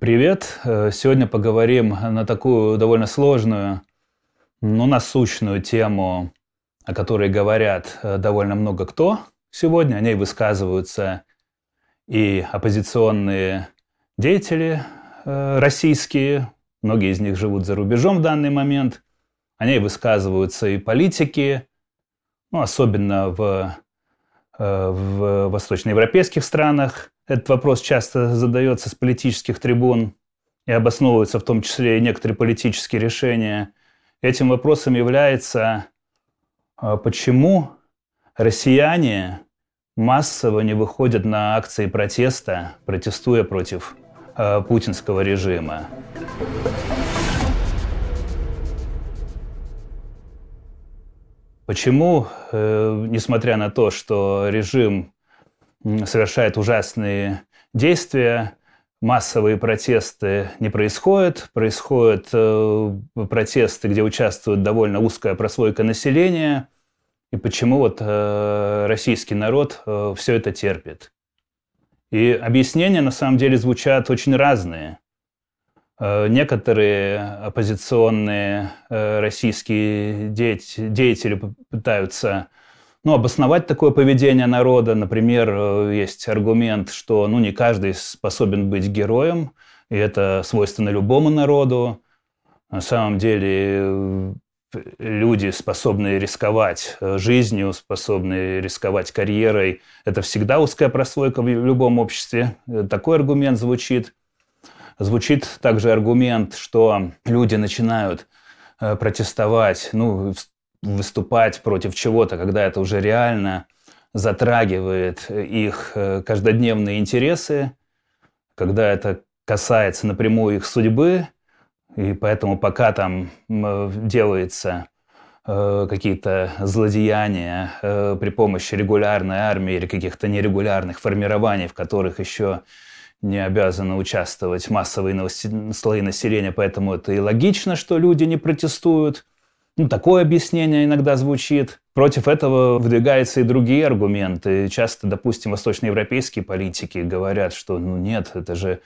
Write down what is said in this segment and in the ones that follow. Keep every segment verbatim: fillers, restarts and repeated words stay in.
Привет! Э, Сегодня поговорим на такую довольно сложную, но насущную тему, о которой говорят э, довольно много кто сегодня. О ней высказываются и оппозиционные деятели э, российские, многие из них живут за рубежом в данный момент. О ней высказываются и политики, ну, особенно в, э, в восточноевропейских странах. Этот вопрос часто задается с политических трибун и обосновываются в том числе и некоторые политические решения. Этим вопросом является, а, почему россияне массово не выходят на акции протеста, протестуя против а, путинского режима. Почему, э, несмотря на то, что режим совершает ужасные действия, массовые протесты не происходят, происходят э, протесты, где участвует довольно узкая прослойка населения, и почему вот э, российский народ э, все это терпит. И объяснения на самом деле звучат очень разные. Э, некоторые оппозиционные э, российские деятели, деятели пытаются Ну, обосновать такое поведение народа. Например, есть аргумент, что ну, не каждый способен быть героем, и это свойственно любому народу. На самом деле люди, способные рисковать жизнью, способные рисковать карьерой, это всегда узкая прослойка в любом обществе. Такой аргумент звучит. Звучит также аргумент, что люди начинают протестовать, ну, выступать против чего-то, когда это уже реально затрагивает их каждодневные интересы, когда это касается напрямую их судьбы, и поэтому пока там делаются какие-то злодеяния при помощи регулярной армии или каких-то нерегулярных формирований, в которых еще не обязаны участвовать массовые слои населения, поэтому это и логично, что люди не протестуют. Ну, такое объяснение иногда звучит. Против этого выдвигаются и другие аргументы. Часто, допустим, восточноевропейские политики говорят, что ну нет, это же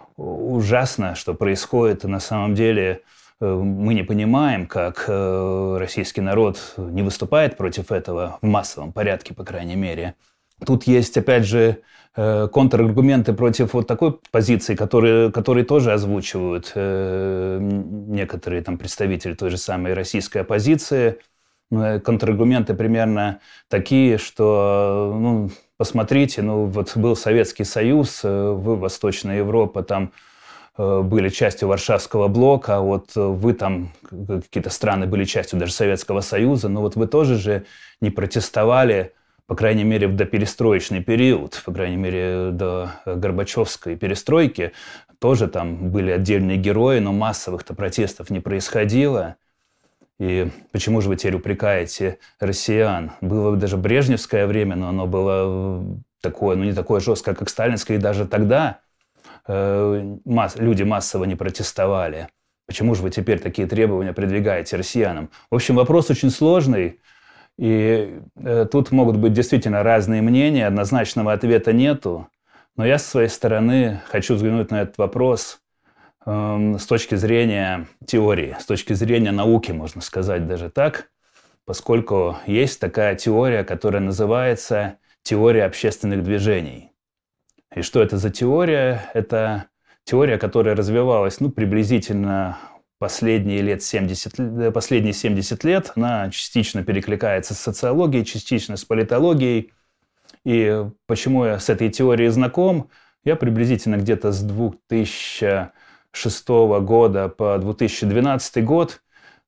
ужасно, что происходит. И на самом деле мы не понимаем, как российский народ не выступает против этого в массовом порядке, по крайней мере. Тут есть, опять же, контраргументы против вот такой позиции, которые, которые тоже озвучивают э, некоторые там представители той же самой российской оппозиции. Контраргументы примерно такие, что, ну, посмотрите, ну, вот был Советский Союз, вы, Восточная Европа, там э, были частью Варшавского блока, а вот вы там, какие-то страны были частью даже Советского Союза, но вот вы тоже же не протестовали, по крайней мере, в доперестроечный период, по крайней мере, до Горбачевской перестройки, тоже там были отдельные герои, но массовых-то протестов не происходило. И почему же вы теперь упрекаете россиян? Было даже брежневское время, но оно было такое, ну не такое жесткое, как сталинское, и даже тогда э, масс, люди массово не протестовали. Почему же вы теперь такие требования предъявляете россиянам? В общем, вопрос очень сложный. И э, тут могут быть действительно разные мнения, однозначного ответа нету. Но я со своей стороны хочу взглянуть на этот вопрос э, с точки зрения теории, с точки зрения науки, можно сказать даже так, поскольку есть такая теория, которая называется теория общественных движений. И что это за теория? Это теория, которая развивалась ну, приблизительно Последние, лет семьдесят, последние семьдесят лет она частично перекликается с социологией, частично с политологией. И почему я с этой теорией знаком? Я приблизительно где-то с две тысячи шестого года по две тысячи двенадцатый год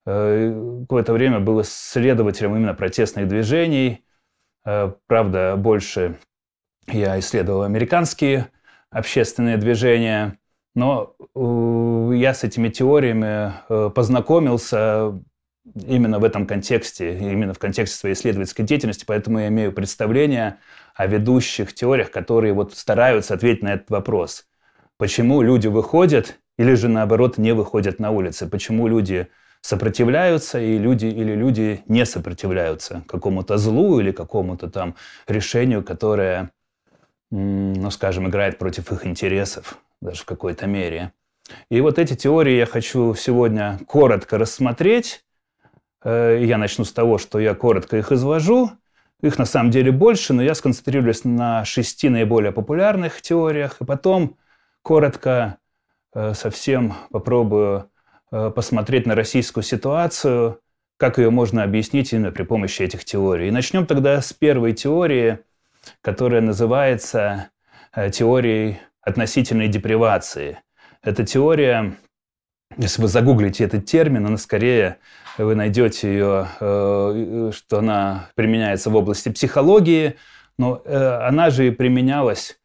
э, какое-то время был исследователем именно протестных движений. Э, правда, больше я исследовал американские общественные движения. Но э, я с этими теориями э, познакомился именно в этом контексте, именно в контексте своей исследовательской деятельности, поэтому я имею представление о ведущих теориях, которые вот стараются ответить на этот вопрос. Почему люди выходят или же наоборот не выходят на улицы? Почему люди сопротивляются и люди, или люди не сопротивляются какому-то злу или какому-то там решению, которое, ну, скажем, играет против их интересов? Даже в какой-то мере. И вот эти теории я хочу сегодня коротко рассмотреть. Я начну с того, что я коротко их изложу. Их на самом деле больше, но я сконцентрируюсь на шести наиболее популярных теориях. И потом коротко совсем попробую посмотреть на российскую ситуацию, как ее можно объяснить именно при помощи этих теорий. И начнем тогда с первой теории, которая называется теорией относительной депривации. Эта теория, если вы загуглите этот термин, она скорее, вы найдете ее, что она применяется в области психологии, но она же и применялась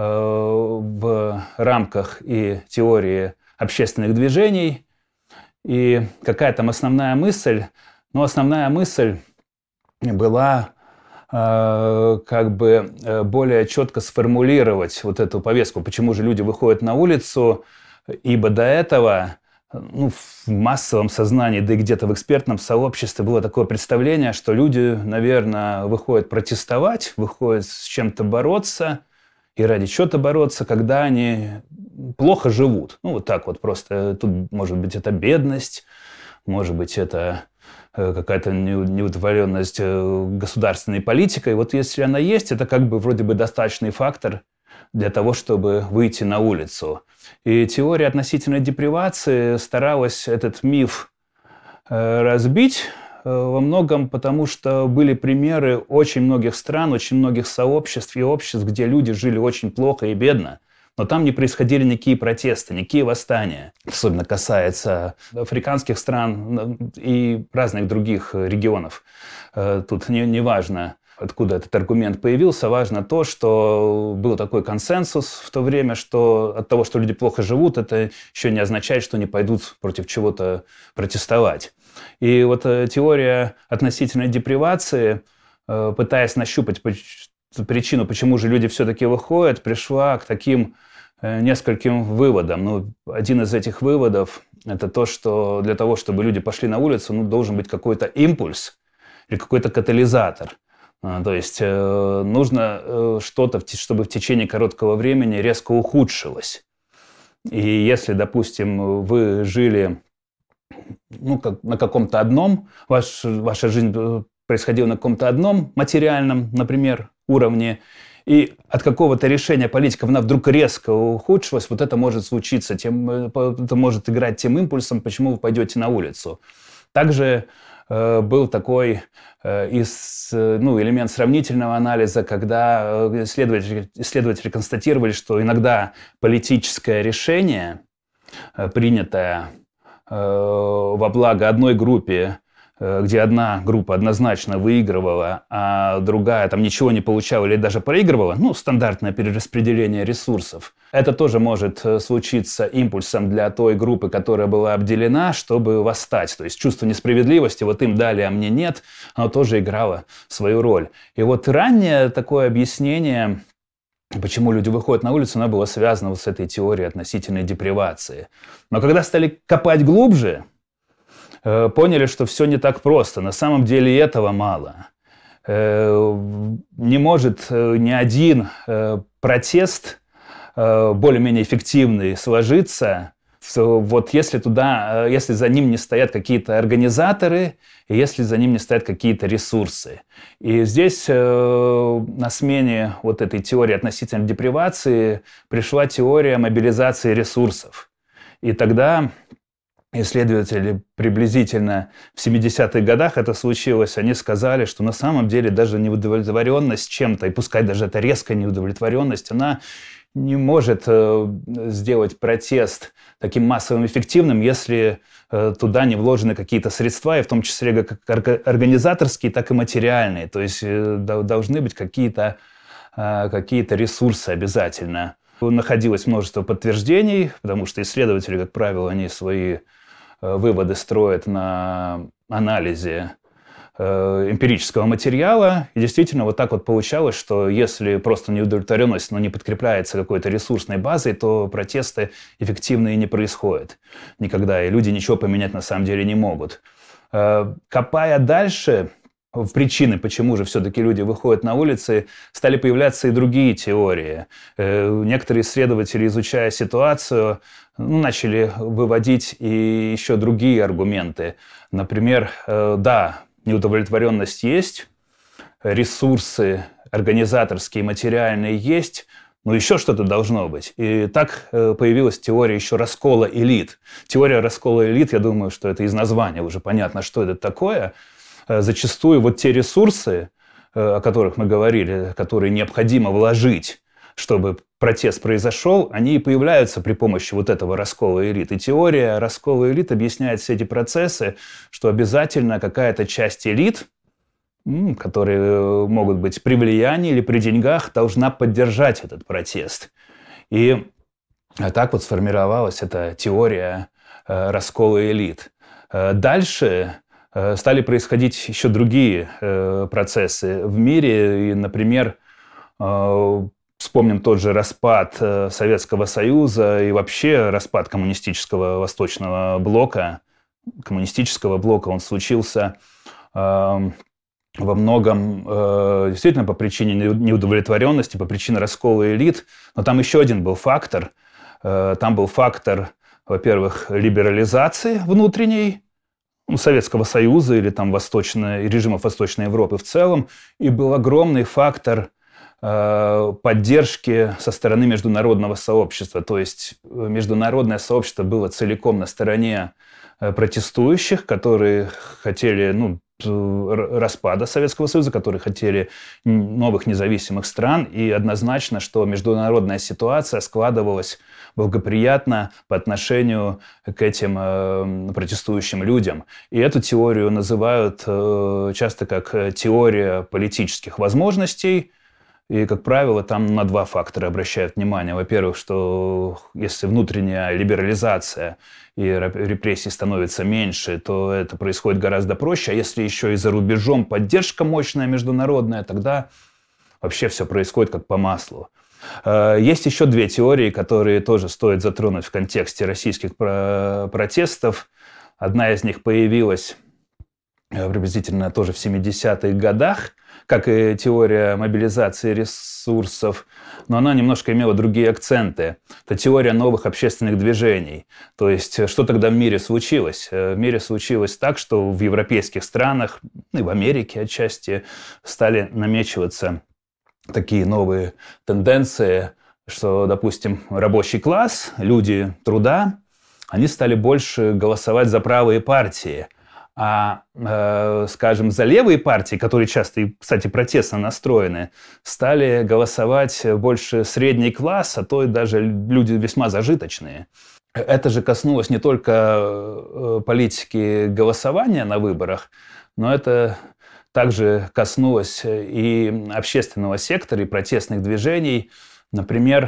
в рамках и теории общественных движений. И какая там основная мысль? Ну, основная мысль была как бы более четко сформулировать вот эту повестку, почему же люди выходят на улицу, ибо до этого ну, в массовом сознании, да и где-то в экспертном сообществе было такое представление, что люди, наверное, выходят протестовать, выходят с чем-то бороться и ради чего-то бороться, когда они плохо живут. Ну, вот так вот просто. Тут, может быть, это бедность, может быть, это какая-то неудовлетворенность государственной политикой. Вот если она есть, это как бы вроде бы достаточный фактор для того, чтобы выйти на улицу. И теория относительной депривации старалась этот миф разбить во многом, потому что были примеры очень многих стран, очень многих сообществ и обществ, где люди жили очень плохо и бедно. Но там не происходили никакие протесты, никакие восстания. Особенно касается африканских стран и разных других регионов. Тут не, не важно, откуда этот аргумент появился, важно то, что был такой консенсус в то время, что от того, что люди плохо живут, это еще не означает, что они пойдут против чего-то протестовать. И вот теория относительной депривации, пытаясь нащупать причину, почему же люди все-таки выходят, пришла к таким нескольким выводам. Ну, один из этих выводов – это то, что для того, чтобы люди пошли на улицу, ну, должен быть какой-то импульс или какой-то катализатор. То есть нужно что-то, чтобы в течение короткого времени резко ухудшилось. И если, допустим, вы жили ну, как, на каком-то одном, ваш, ваша жизнь происходила на каком-то одном материальном, например, уровне, и от какого-то решения политиков она вдруг резко ухудшилась, вот это может случиться, тем, это может играть тем импульсом, почему вы пойдете на улицу. Также э, был такой э, из, ну, элемент сравнительного анализа, когда исследователи, исследователи констатировали, что иногда политическое решение, э, принятое э, во благо одной группе, где одна группа однозначно выигрывала, а другая там ничего не получала или даже проигрывала, ну, стандартное перераспределение ресурсов. Это тоже может случиться импульсом для той группы, которая была обделена, чтобы восстать. То есть чувство несправедливости, вот им дали, а мне нет, оно тоже играло свою роль. И вот ранее такое объяснение, почему люди выходят на улицу, оно было связано вот с этой теорией относительной депривации. Но когда стали копать глубже, поняли, что все не так просто. На самом деле этого мало. Не может ни один протест более-менее эффективный сложиться, вот если туда, если за ним не стоят какие-то организаторы, и если за ним не стоят какие-то ресурсы. И здесь на смене вот этой теории относительной депривации пришла теория мобилизации ресурсов. И тогда исследователи приблизительно в семидесятых годах это случилось, они сказали, что на самом деле даже неудовлетворенность чем-то, и пускай даже это резкая неудовлетворенность, она не может э, сделать протест таким массовым эффективным, если э, туда не вложены какие-то средства, и в том числе как организаторские, так и материальные. То есть э, должны быть какие-то э, какие-то ресурсы обязательно. Находилось множество подтверждений, потому что исследователи, как правило, они свои выводы строят на анализе э, эмпирического материала. И действительно вот так вот получалось, что если просто неудовлетворенность, но не подкрепляется какой-то ресурсной базой, то протесты эффективные не происходят никогда. И люди ничего поменять на самом деле не могут. Э, копая дальше, в причины, почему же все-таки люди выходят на улицы, стали появляться и другие теории. Некоторые исследователи, изучая ситуацию, ну, начали выводить и еще другие аргументы. Например, да, неудовлетворенность есть, ресурсы организаторские, материальные есть, но еще что-то должно быть. И так появилась теория еще раскола элит. Теория раскола элит, я думаю, что это из названия уже понятно, что это такое. Зачастую вот те ресурсы, о которых мы говорили, которые необходимо вложить, чтобы протест произошел, они и появляются при помощи вот этого раскола элит. И теория раскола элит объясняет все эти процессы, что обязательно какая-то часть элит, которые могут быть при влиянии или при деньгах, должна поддержать этот протест. И так вот сформировалась эта теория раскола элит. Дальше стали происходить еще другие процессы в мире. И, например, вспомним тот же распад Советского Союза и вообще распад коммунистического Восточного блока. Коммунистического блока он случился во многом действительно по причине неудовлетворенности, по причине раскола элит. Но там еще один был фактор. Там был фактор, во-первых, либерализации внутренней Советского Союза или там восточной, режимов Восточной Европы в целом. И был огромный фактор поддержки со стороны международного сообщества. То есть международное сообщество было целиком на стороне протестующих, которые хотели, ну, распада Советского Союза, которые хотели новых независимых стран, и однозначно, что международная ситуация складывалась благоприятно по отношению к этим э, протестующим людям. И эту теорию называют э, часто как теория политических возможностей. И, как правило, там на два фактора обращают внимание. Во-первых, что если внутренняя либерализация и репрессий становится меньше, то это происходит гораздо проще. А если еще и за рубежом поддержка мощная международная, тогда вообще все происходит как по маслу. Есть еще две теории, которые тоже стоит затронуть в контексте российских протестов. Одна из них появилась приблизительно тоже в семидесятых годах, как и теория мобилизации ресурсов, но она немножко имела другие акценты. Это теория новых общественных движений. То есть, что тогда в мире случилось? В мире случилось так, что в европейских странах, и в Америке отчасти, стали намечиваться такие новые тенденции, что, допустим, рабочий класс, люди труда, они стали больше голосовать за правые партии. А, э, скажем, за левые партии, которые часто, кстати, протестно настроены, стали голосовать больше средний класс, а то и даже люди весьма зажиточные. Это же коснулось не только политики голосования на выборах, но это также коснулось и общественного сектора, и протестных движений. Например,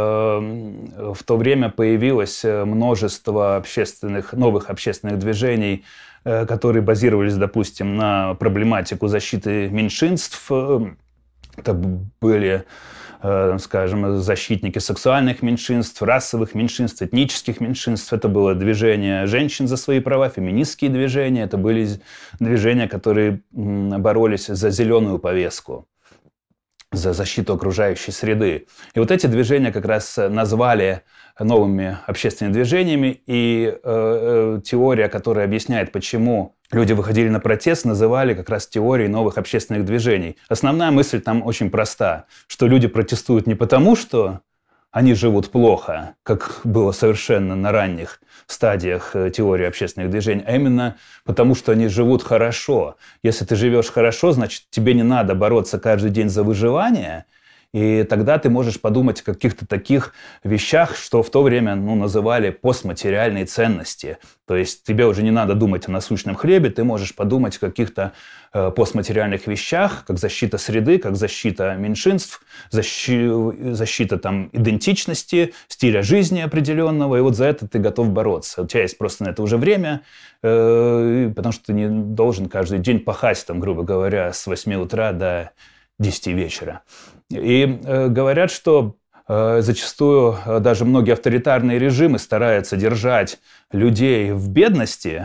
в то время появилось множество общественных, новых общественных движений, которые базировались, допустим, на проблематику защиты меньшинств. Это были, скажем, защитники сексуальных меньшинств, расовых меньшинств, этнических меньшинств. Это было движение женщин за свои права, феминистские движения. Это были движения, которые боролись за зеленую повестку, за защиту окружающей среды. И вот эти движения как раз назвали новыми общественными движениями, и э, э, теория, которая объясняет, почему люди выходили на протест, называли как раз теорией новых общественных движений. Основная мысль там очень проста, что люди протестуют не потому, что они живут плохо, как было совершенно на ранних стадиях теории общественных движений, а именно потому, что они живут хорошо. Если ты живешь хорошо, значит, тебе не надо бороться каждый день за выживание, и тогда ты можешь подумать о каких-то таких вещах, что в то время ну, называли постматериальные ценности. То есть тебе уже не надо думать о насущном хлебе, ты можешь подумать о каких-то э, постматериальных вещах, как защита среды, как защита меньшинств, защи, защита там, идентичности, стиля жизни определенного, и вот за это ты готов бороться. У тебя есть просто на это уже время, э, потому что ты не должен каждый день пахать, там, грубо говоря, с восьми утра до десяти вечера. И э, говорят, что э, зачастую э, даже многие авторитарные режимы стараются держать людей в бедности,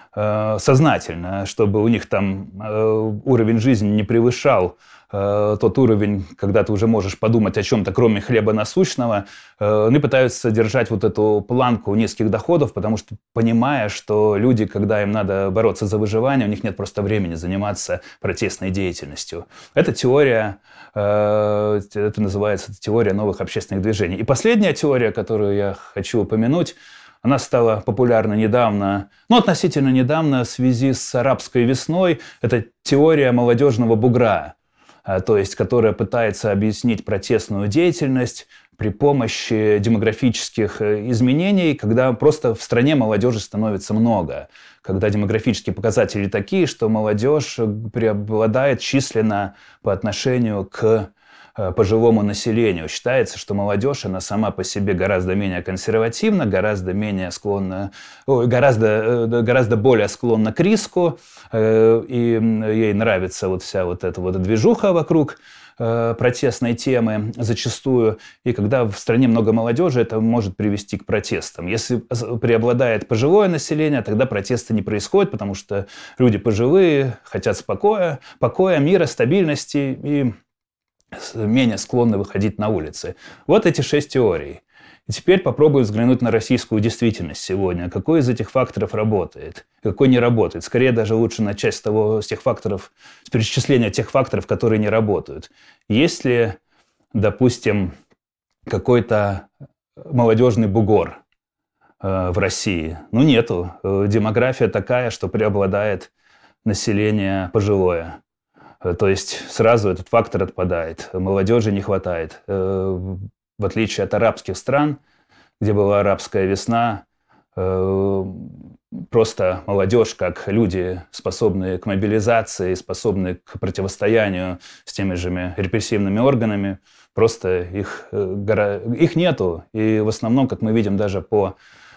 э, сознательно, чтобы у них там э, уровень жизни не превышал э, тот уровень, когда ты уже можешь подумать о чем-то, кроме хлеба насущного. Э, они пытаются держать вот эту планку низких доходов, потому что понимая, что люди, когда им надо бороться за выживание, у них нет просто времени заниматься протестной деятельностью. Это теория, э, это называется теория новых общественных движений. И последняя теория, которую я хочу упомянуть, она стала популярна недавно, ну, относительно недавно в связи с арабской весной. Это теория молодежного бугра, то есть, которая пытается объяснить протестную деятельность при помощи демографических изменений, когда просто в стране молодежи становится много, когда демографические показатели такие, что молодежь преобладает численно по отношению к пожилому населению. Считается, что молодежь, она сама по себе гораздо менее консервативна, гораздо менее склонна, гораздо, гораздо более склонна к риску, и ей нравится вот вся вот эта вот движуха вокруг протестной темы зачастую. И когда в стране много молодежи, это может привести к протестам. Если преобладает пожилое население, тогда протесты не происходят, потому что люди пожилые хотят спокоя, покоя, мира, стабильности и менее склонны выходить на улицы. Вот эти шесть теорий. И теперь попробую взглянуть на российскую действительность сегодня. Какой из этих факторов работает, какой не работает. Скорее даже лучше начать с того, с тех факторов, с перечисления тех факторов, которые не работают. Есть ли, допустим, какой-то молодежный бугор э, в России? Ну, нету. Демография такая, что преобладает население пожилое. То есть сразу этот фактор отпадает. Молодежи не хватает. В отличие от арабских стран, где была арабская весна, просто молодежь, как люди, способные к мобилизации, способные к противостоянию с теми же репрессивными органами, просто их, их нету. И в основном, как мы видим даже по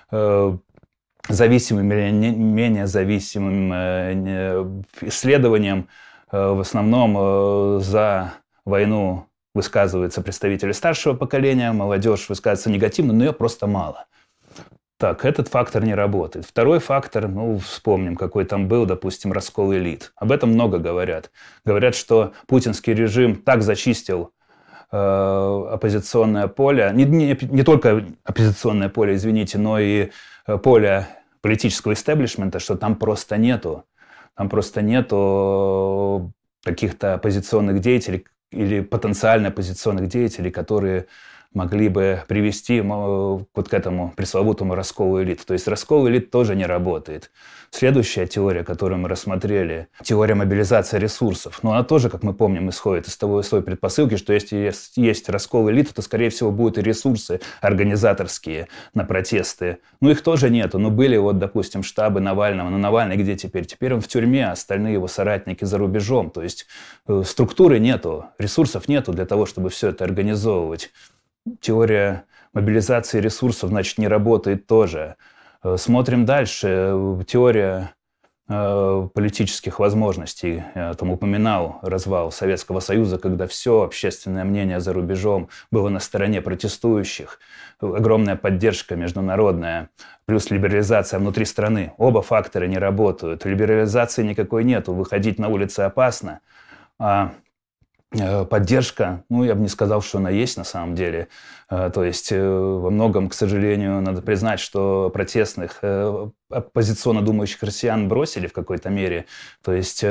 зависимым или менее зависимым исследованиям, в основном за войну высказываются представители старшего поколения, молодежь высказывается негативно, но ее просто мало. Так, этот фактор не работает. Второй фактор, ну, вспомним, какой там был, допустим, раскол элит. Об этом много говорят. Говорят, что путинский режим так зачистил э, оппозиционное поле, не, не, не только оппозиционное поле, извините, но и поле политического истеблишмента, что там просто нету. Там просто нету каких-то оппозиционных деятелей или потенциально оппозиционных деятелей, которые могли бы привести вот к этому пресловутому расколу элит. То есть раскол элит тоже не работает. Следующая теория, которую мы рассмотрели, теория мобилизации ресурсов. Но она тоже, как мы помним, исходит из того, из той предпосылки, что если есть, есть раскол элит, то, скорее всего, будут и ресурсы организаторские на протесты. Ну, их тоже нету. Ну, были вот, допустим, штабы Навального. Но Навальный где теперь? Теперь он в тюрьме, а остальные его соратники за рубежом. То есть э, структуры нету, ресурсов нету для того, чтобы все это организовывать. Теория мобилизации ресурсов, значит, не работает тоже. Смотрим дальше. Теория э, политических возможностей. Я там упоминал развал Советского Союза, когда все общественное мнение за рубежом было на стороне протестующих. Огромная поддержка международная, плюс либерализация внутри страны. Оба фактора не работают. Либерализации никакой нету. Выходить на улицы опасно. А поддержка, ну, я бы не сказал, что она есть на самом деле. То есть во многом, к сожалению, надо признать, что протестных, оппозиционно думающих россиян бросили в какой-то мере. То есть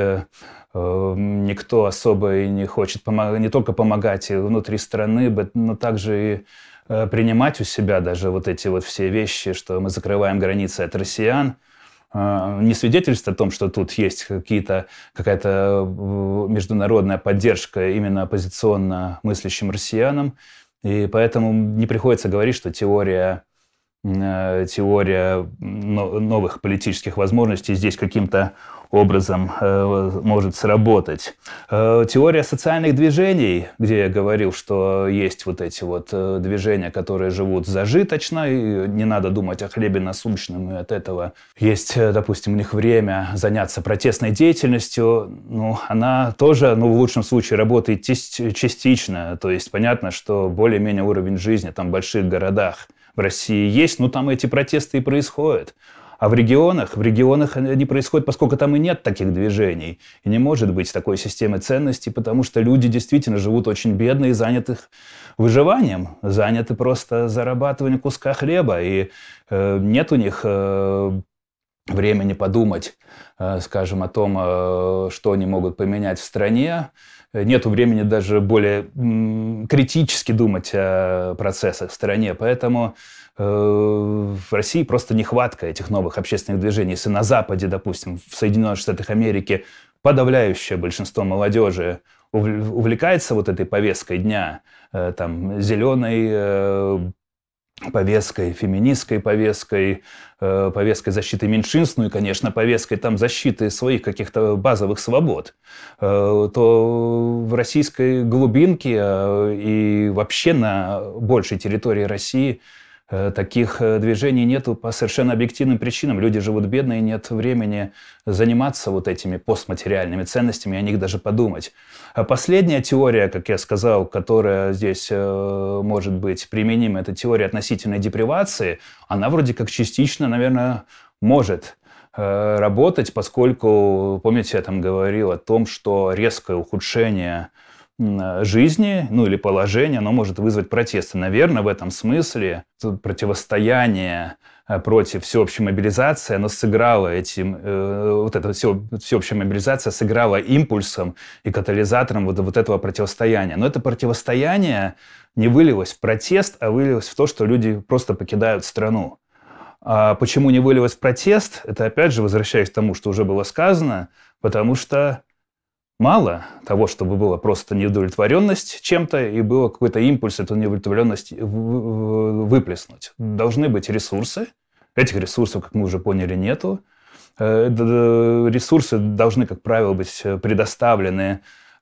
никто особо и не хочет помогать, не только помогать внутри страны, но также и принимать у себя даже вот эти вот все вещи, что мы закрываем границы от россиян. Не свидетельствует о том, что тут есть какие-то, какая-то международная поддержка именно оппозиционно мыслящим россиянам. И поэтому не приходится говорить, что теория, теория новых политических возможностей здесь каким-то образом э, может сработать. Э, теория социальных движений, где я говорил, что есть вот эти вот э, движения, которые живут зажиточно, и не надо думать о хлебе насущном, и от этого есть, э, допустим, у них время заняться протестной деятельностью, ну, она тоже, ну, в лучшем случае работает частично, то есть понятно, что более-менее уровень жизни там в больших городах в России есть, но там эти протесты и происходят. А в регионах, в регионах они происходят, поскольку там и нет таких движений. И не может быть такой системы ценностей, потому что люди действительно живут очень бедно и заняты выживанием, заняты просто зарабатыванием куска хлеба. И э, нет у них э, времени подумать, э, скажем, о том, э, что они могут поменять в стране. Нету времени даже более м, критически думать о процессах в стране. Поэтому в России просто нехватка этих новых общественных движений. Если на Западе, допустим, в Соединенных Штатах Америки подавляющее большинство молодежи увлекается вот этой повесткой дня, там, зеленой повесткой, феминистской повесткой, повесткой защиты меньшинств, ну и, конечно, повесткой там защиты своих каких-то базовых свобод, то в российской глубинке и вообще на большей территории России таких движений нету по совершенно объективным причинам. Люди живут бедно, и нет времени заниматься вот этими постматериальными ценностями, о них даже подумать. А последняя теория, как я сказал, которая здесь э, может быть применима, это теория относительной депривации. Она вроде как частично, наверное, может э, работать, поскольку, помните, я там говорил о том, что резкое ухудшение жизни, ну или положения, оно может вызвать протесты. Наверное, в этом смысле противостояние против всеобщей мобилизации, оно сыграло этим, э, вот эта все, всеобщая мобилизация сыграла импульсом и катализатором вот, вот этого противостояния. Но это противостояние не вылилось в протест, а вылилось в то, что люди просто покидают страну. А почему не вылилось в протест? Это опять же возвращаясь к тому, что уже было сказано, потому что мало того, чтобы была просто неудовлетворенность чем-то, и был какой-то импульс эту неудовлетворенность выплеснуть. Должны быть ресурсы. Этих ресурсов, как мы уже поняли, нету. Ресурсы должны, как правило, быть предоставлены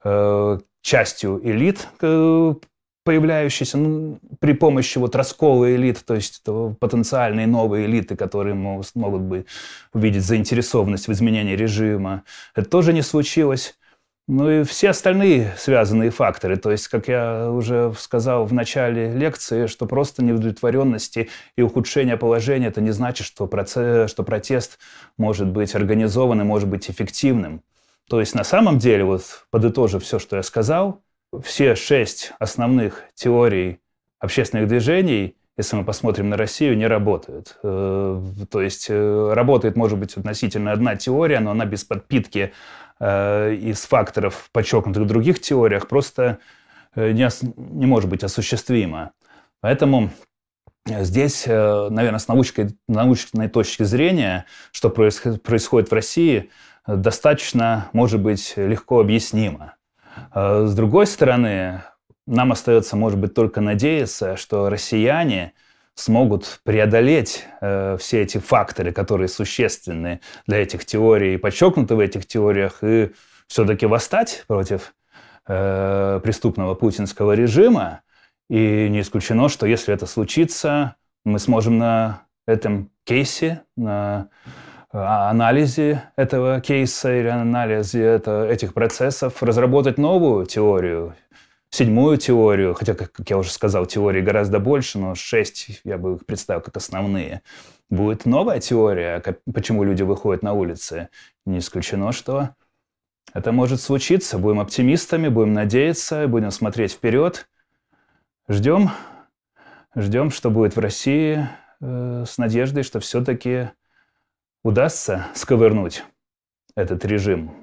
частью элит, появляющейся ну, при помощи вот раскола элит, то есть потенциальные новые элиты, которые могут, могут быть, увидеть заинтересованность в изменении режима. Это тоже не случилось. Ну и все остальные связанные факторы. То есть, как я уже сказал в начале лекции, что просто неудовлетворенности и ухудшение положения, это не значит, что, процесс, что протест может быть организованным, может быть эффективным. То есть, на самом деле, вот подытожив все, что я сказал, все шесть основных теорий общественных движений, если мы посмотрим на Россию, не работают. То есть, работает, может быть, относительно одна теория, но она без подпитки из факторов, подчеркнутых в других теориях, просто не, не может быть осуществима. Поэтому здесь, наверное, с научной, научной точки зрения, что происходит, происходит в России, достаточно, может быть, легко объяснимо. С другой стороны, нам остается, может быть, только надеяться, что россияне смогут преодолеть э, все эти факторы, которые существенны для этих теорий, подчеркнуты в этих теориях, и все-таки восстать против э, преступного путинского режима. И не исключено, что если это случится, мы сможем на этом кейсе, на анализе этого кейса или анализе это, этих процессов разработать новую теорию, седьмую теорию, хотя, как, как я уже сказал, теорий гораздо больше, но шесть я бы их представил как основные. Будет новая теория, как, почему люди выходят на улицы. Не исключено, что это может случиться. Будем оптимистами, будем надеяться, будем смотреть вперед. Ждем, ждем, что будет в России, э, с надеждой, что все-таки удастся сковырнуть этот режим.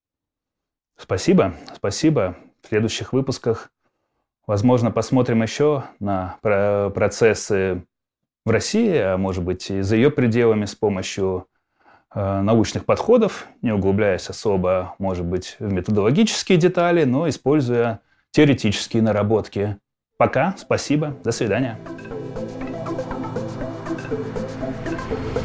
Спасибо, спасибо. В следующих выпусках, возможно, посмотрим еще на процессы в России, а может быть и за ее пределами с помощью э, научных подходов, не углубляясь особо, может быть, в методологические детали, но используя теоретические наработки. Пока, спасибо, до свидания.